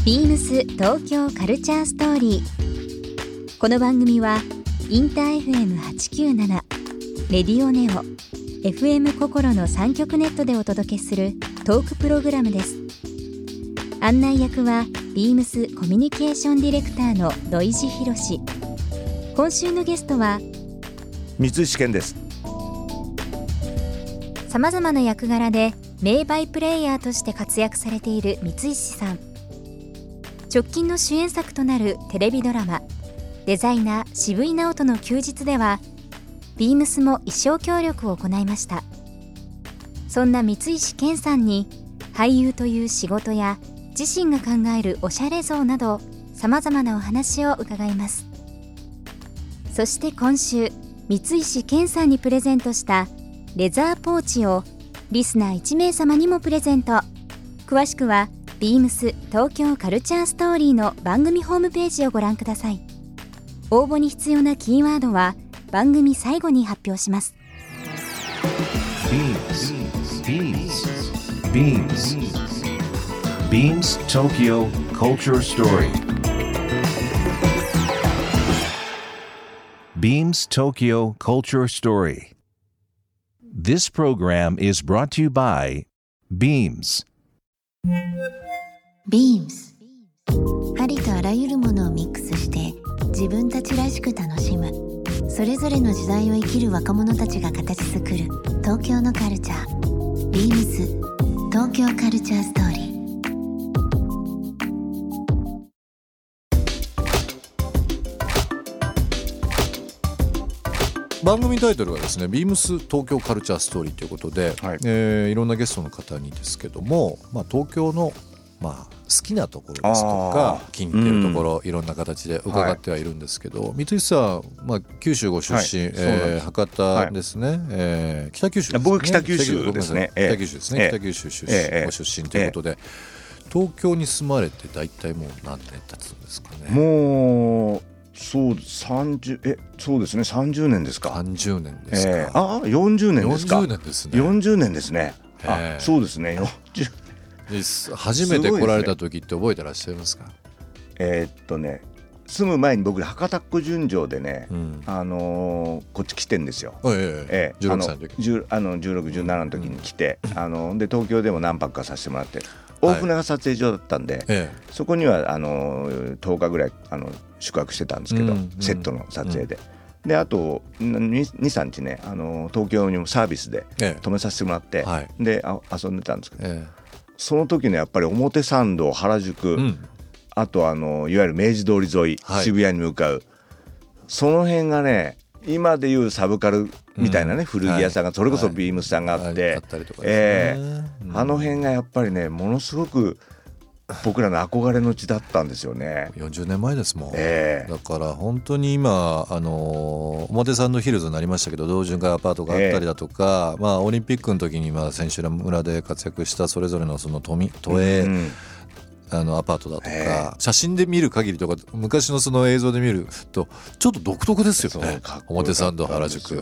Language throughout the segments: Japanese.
ビームス東京カルチャーストーリー。この番組はインター FM897 レディオネオ FM 心の3極ネットでお届けするトークプログラムです。案内役はビームスコミュニケーションディレクターの土井博志。今週のゲストは三石健です。 さまざまな役柄で名バイプレイヤーとして活躍されている三石さん。直近の主演作となるテレビドラマデザイナー渋井直人の休日ではビームスも衣装協力を行いました。そんな三石健さんに俳優という仕事や自身が考えるおしゃれ像などさまざまなお話を伺います。そして今週三石健さんにプレゼントしたレザーポーチをリスナー1名様にもプレゼント。詳しくはビームス東京カルチャーストーリーの番組ホームページをご覧ください。応募に必要なキーワードは番組最後に発表します。 Beams Tokyo Culture Story. Beams Tokyo Culture Story. This program is brought to you by Beams. Beams ありとあらゆるものをミックスして自分たちらしく楽しむ、それぞれの時代を生きる若者たちが形作る東京のカルチャー。 Beams 東京カルチャーストーリー。 番組タイトルはですね、ビームス東京カルチャーストーリーということで、いろんなゲストの方にですけども、東京の好きなところですとか気に入っているところ、いろんな形で伺ってはいるんですけど、三石さん、九州ご出身、博多ですね、北九州ですね。 僕北九州ですね。 北九州ですね。北九州ご出身ということで、東京に住まれて大体もう何年経つんですかね。 もうそうですね、30年ですか。 30年ですか。 40年ですか。 40年ですね。 40年ですね。そうですね。 初めて来られた時って覚えてらっしゃいますか？ 住む前に僕博多っ子純情でね、こっち来てんですよ。 16歳の時 16、17の時に来て、で東京でも何泊かさせてもらって、大船が撮影所だったんで、そこには10日ぐらい宿泊してたんですけど、セットの撮影で。であと 2,3 日ね、東京にもサービスで泊めさせてもらって、で遊んでたんですけど、その時のやっぱり表参道、原宿、あといわゆる明治通り沿い、渋谷に向かうその辺がね、今でいうサブカルみたいなね、古着屋さんがそれこそビームスさんがあって、あの辺がやっぱりね、ものすごく僕らの憧れの地だったんですよね。 40年前ですもん。だから本当に今表参道ヒルズになりましたけど、同潤会アパートがあったりだとか、オリンピックの時に選手村で活躍したそれぞれのその都営アパートだとか、写真で見る限りとか昔のその映像で見るとちょっと独特ですよね。表参道、原宿、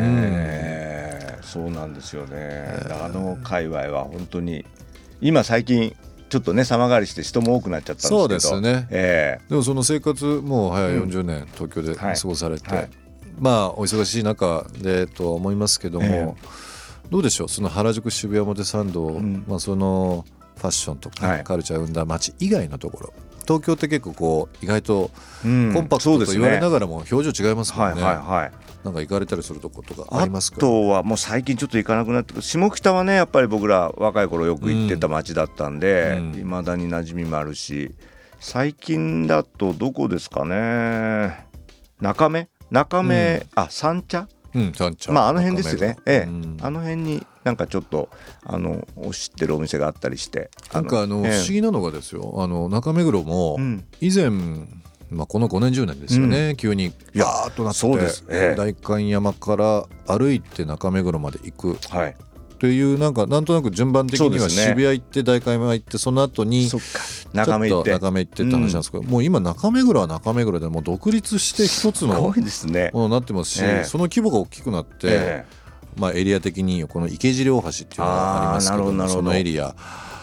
そうなんですよね。界隈は本当に今最近ちょっとね様変わりして人も多くなっちゃったんですけど。 そうですね。でもその生活もう早40年東京で過ごされて、お忙しい中でとは思いますけども、どうでしょう、その原宿、渋谷、表参道、そのファッションとかカルチャーを生んだ街以外のところ、東京って結構意外とコンパクトと言われながらも表情違いますもんね。なんか行かれたりするとことかありますか？ あとはもう最近ちょっと行かなくなって、下北はねやっぱり僕ら若い頃よく行ってた街だったんで、未だに馴染みもあるし、最近だとどこですかね、中目、三茶、あの辺ですよね。あの辺になんかちょっと知ってるお店があったりして、 なんか不思議なのがですよ、中目黒も以前、この5年10年ですよね、急にガーッとなって、代官山から歩いて中目黒まで行くっていう、なんとなく順番的には渋谷行って代官山行って、その後にちょっと中目行ってって話なんですけど、もう今中目黒は中目黒でもう独立して一つのものになってますし、その規模が大きくなって、エリア的にこの池尻大橋っていうのがありますけど、そのエリア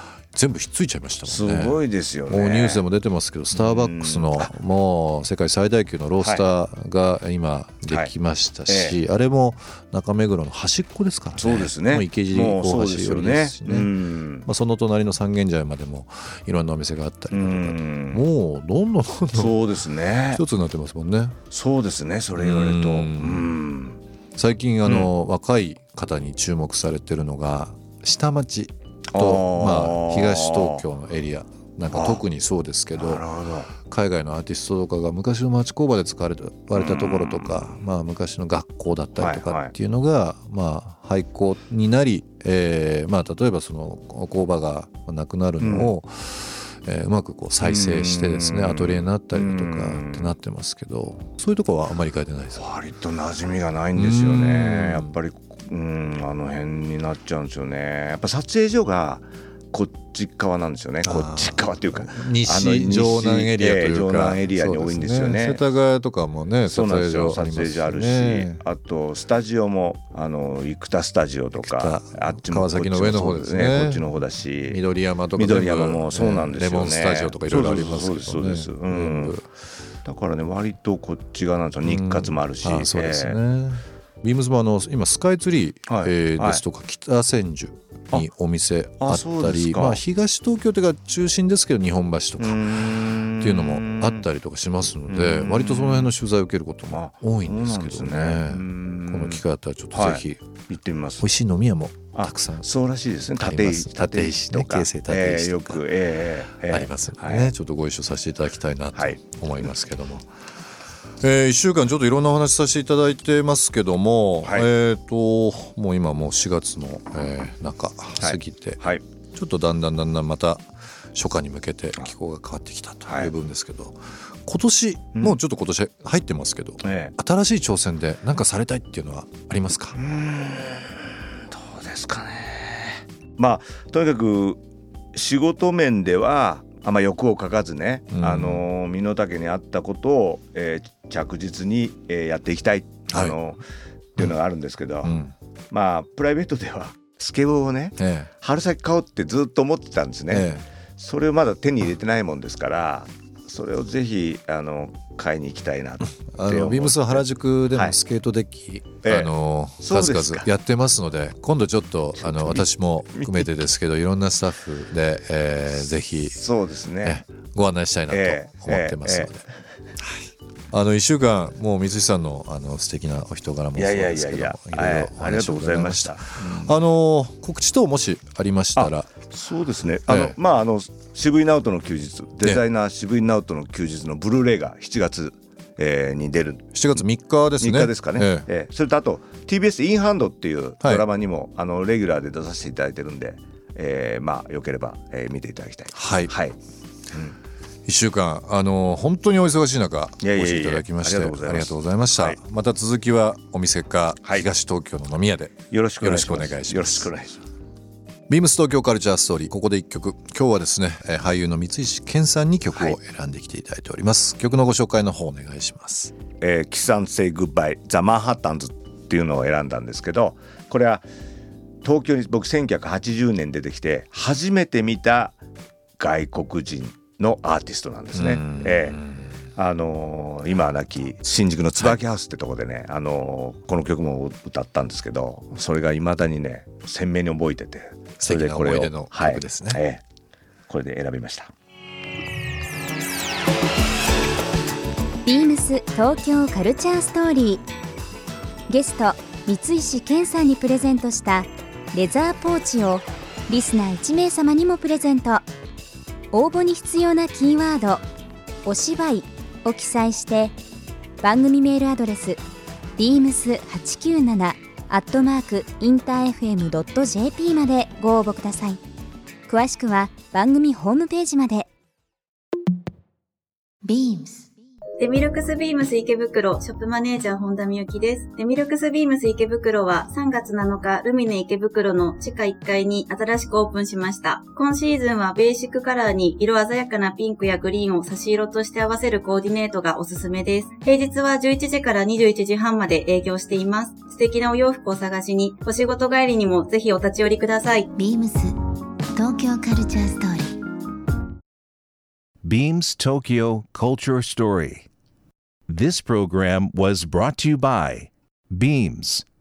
全部ひっついちゃいましたもんね。 すごいですよね。 もうニュースでも出てますけど、スターバックスのもう世界最大級のロースターが今できましたし、あれも中目黒の端っこですからね。 そうですね。 もう池尻大橋寄りですしね。その隣の三軒茶屋までもいろんなお店があったりとか、もうどんどんそうですね、 一つになってますもんね。 そうですね、それ言われると。 最近若い方に注目されてるのが下町と東東京のエリアなんか特にそうですけど、海外のアーティストとかが昔の町工場で使われたところとか、昔の学校だったりとかっていうのが廃校になり、例えばその工場がなくなるのをうまくこう再生してですね、アトリエになったりとかってなってますけど、そういうところはあまり変えてないですか？ 割と馴染みがないんですよね。やっぱりあの辺になっちゃうんですよね。やっぱ撮影所がこっち側なんですよね。こっち側っていうか西城南エリアというか、 城南エリアに多いんですよね。 世田谷とかもね、撮影所ありますしね。 あるし、あとスタジオも生田スタジオとか、あっちも川崎の上の方ですね。 こっちの方だし、 緑山とか緑山もそうなんですよね。 レモンスタジオとかいろいろありますけどね。 そうです。だからね、割とこっち側なんですよ。日活もあるし。 そうですね。ビームスも今スカイツリー、ですとか北千住にお店あったり、東東京というか中心ですけど日本橋とかっていうのもあったりとかしますので、割とその辺の取材を受けることも多いんですけどね。この機会あったらちょっとぜひ行ってみます。 美味しい飲み屋もたくさんそうらしいですね。立石とか京成立石とかありますのでね、ちょっとご一緒させていただきたいなと思いますけども。1週間ちょっといろんなお話させていただいてますけども、もう今もう4月の、中過ぎて、ちょっとだんだんまた初夏に向けて気候が変わってきたという部分ですけど、今年もうちょっと今年入ってますけど、新しい挑戦で何かされたいっていうのはありますか？ どうですかね。とにかく仕事面ではあんま欲をかかずね、身の丈に合ったことを、着実に、やっていきたいっていうのがあるんですけど、プライベートではスケボーをね、春先買おうってずっと思ってたんですね。それをまだ手に入れてないもんですから、それをぜひ買いに行きたいなってビームス原宿でもスケートデッキ、数々やってますので、今度ちょっと私も含めてですけどいろんなスタッフで、ぜひそうですね、 ご案内したいなと思ってますので、1週間もう三石さんの素敵なお人柄もそうですけども、いろいろお話を伺いました。告知等もしありましたら。 そうですね、渋井直人の休日、デザイナー渋井直人の休日のブルーレイが7月に出る。 7月3日ですね。 3日ですかね。それとあと TBS インハンドっていうドラマにもレギュラーで出させていただいてるんで、よければ見ていただきたい。1 週間本当にお忙しい中お越しいただきましてありがとうございました。また続きはお店か東東京の飲み屋でよろしくお願いします。 よろしくお願いします。 ビームス東京カルチャーストーリー、ここで1曲。今日はですね、俳優の三石健さんに曲を選んできていただいております。曲のご紹介の方お願いします。 Kiss and Say Goodbye The Manhattansっていうのを選んだんですけど、これは東京に僕1980年出てきて初めて見た外国人のアーティストなんですね。今は亡き新宿の椿ハウスってとこでね、この曲も歌ったんですけど、それが未だにね鮮明に覚えてて、 素敵な思い出の曲ですね。 これで選びました。 ビームス東京カルチャーストーリー、ゲスト三石健さんにプレゼントしたレザーポーチをリスナー1名様にもプレゼント。応募に必要なキーワードお芝居を記載して番組メールアドレス beams897@interfm.jp までご応募ください。詳しくは番組ホームページまで。 BEAMS デミルクスビームス池袋ショップマネージャー本田美幸です。デミルクスビームス池袋は3月7日ルミネ池袋の地下1階に新しくオープンしました。今シーズンはベーシックカラーに色鮮やかなピンクやグリーンを差し色として合わせるコーディネートがおすすめです。平日は11時から21時半まで営業しています。素敵なお洋服を探しに、お仕事帰りにもぜひお立ち寄りください。 BEAMS東京カルチャーストーリー。 Beams Tokyo Culture Story. This program was brought to you by Beams.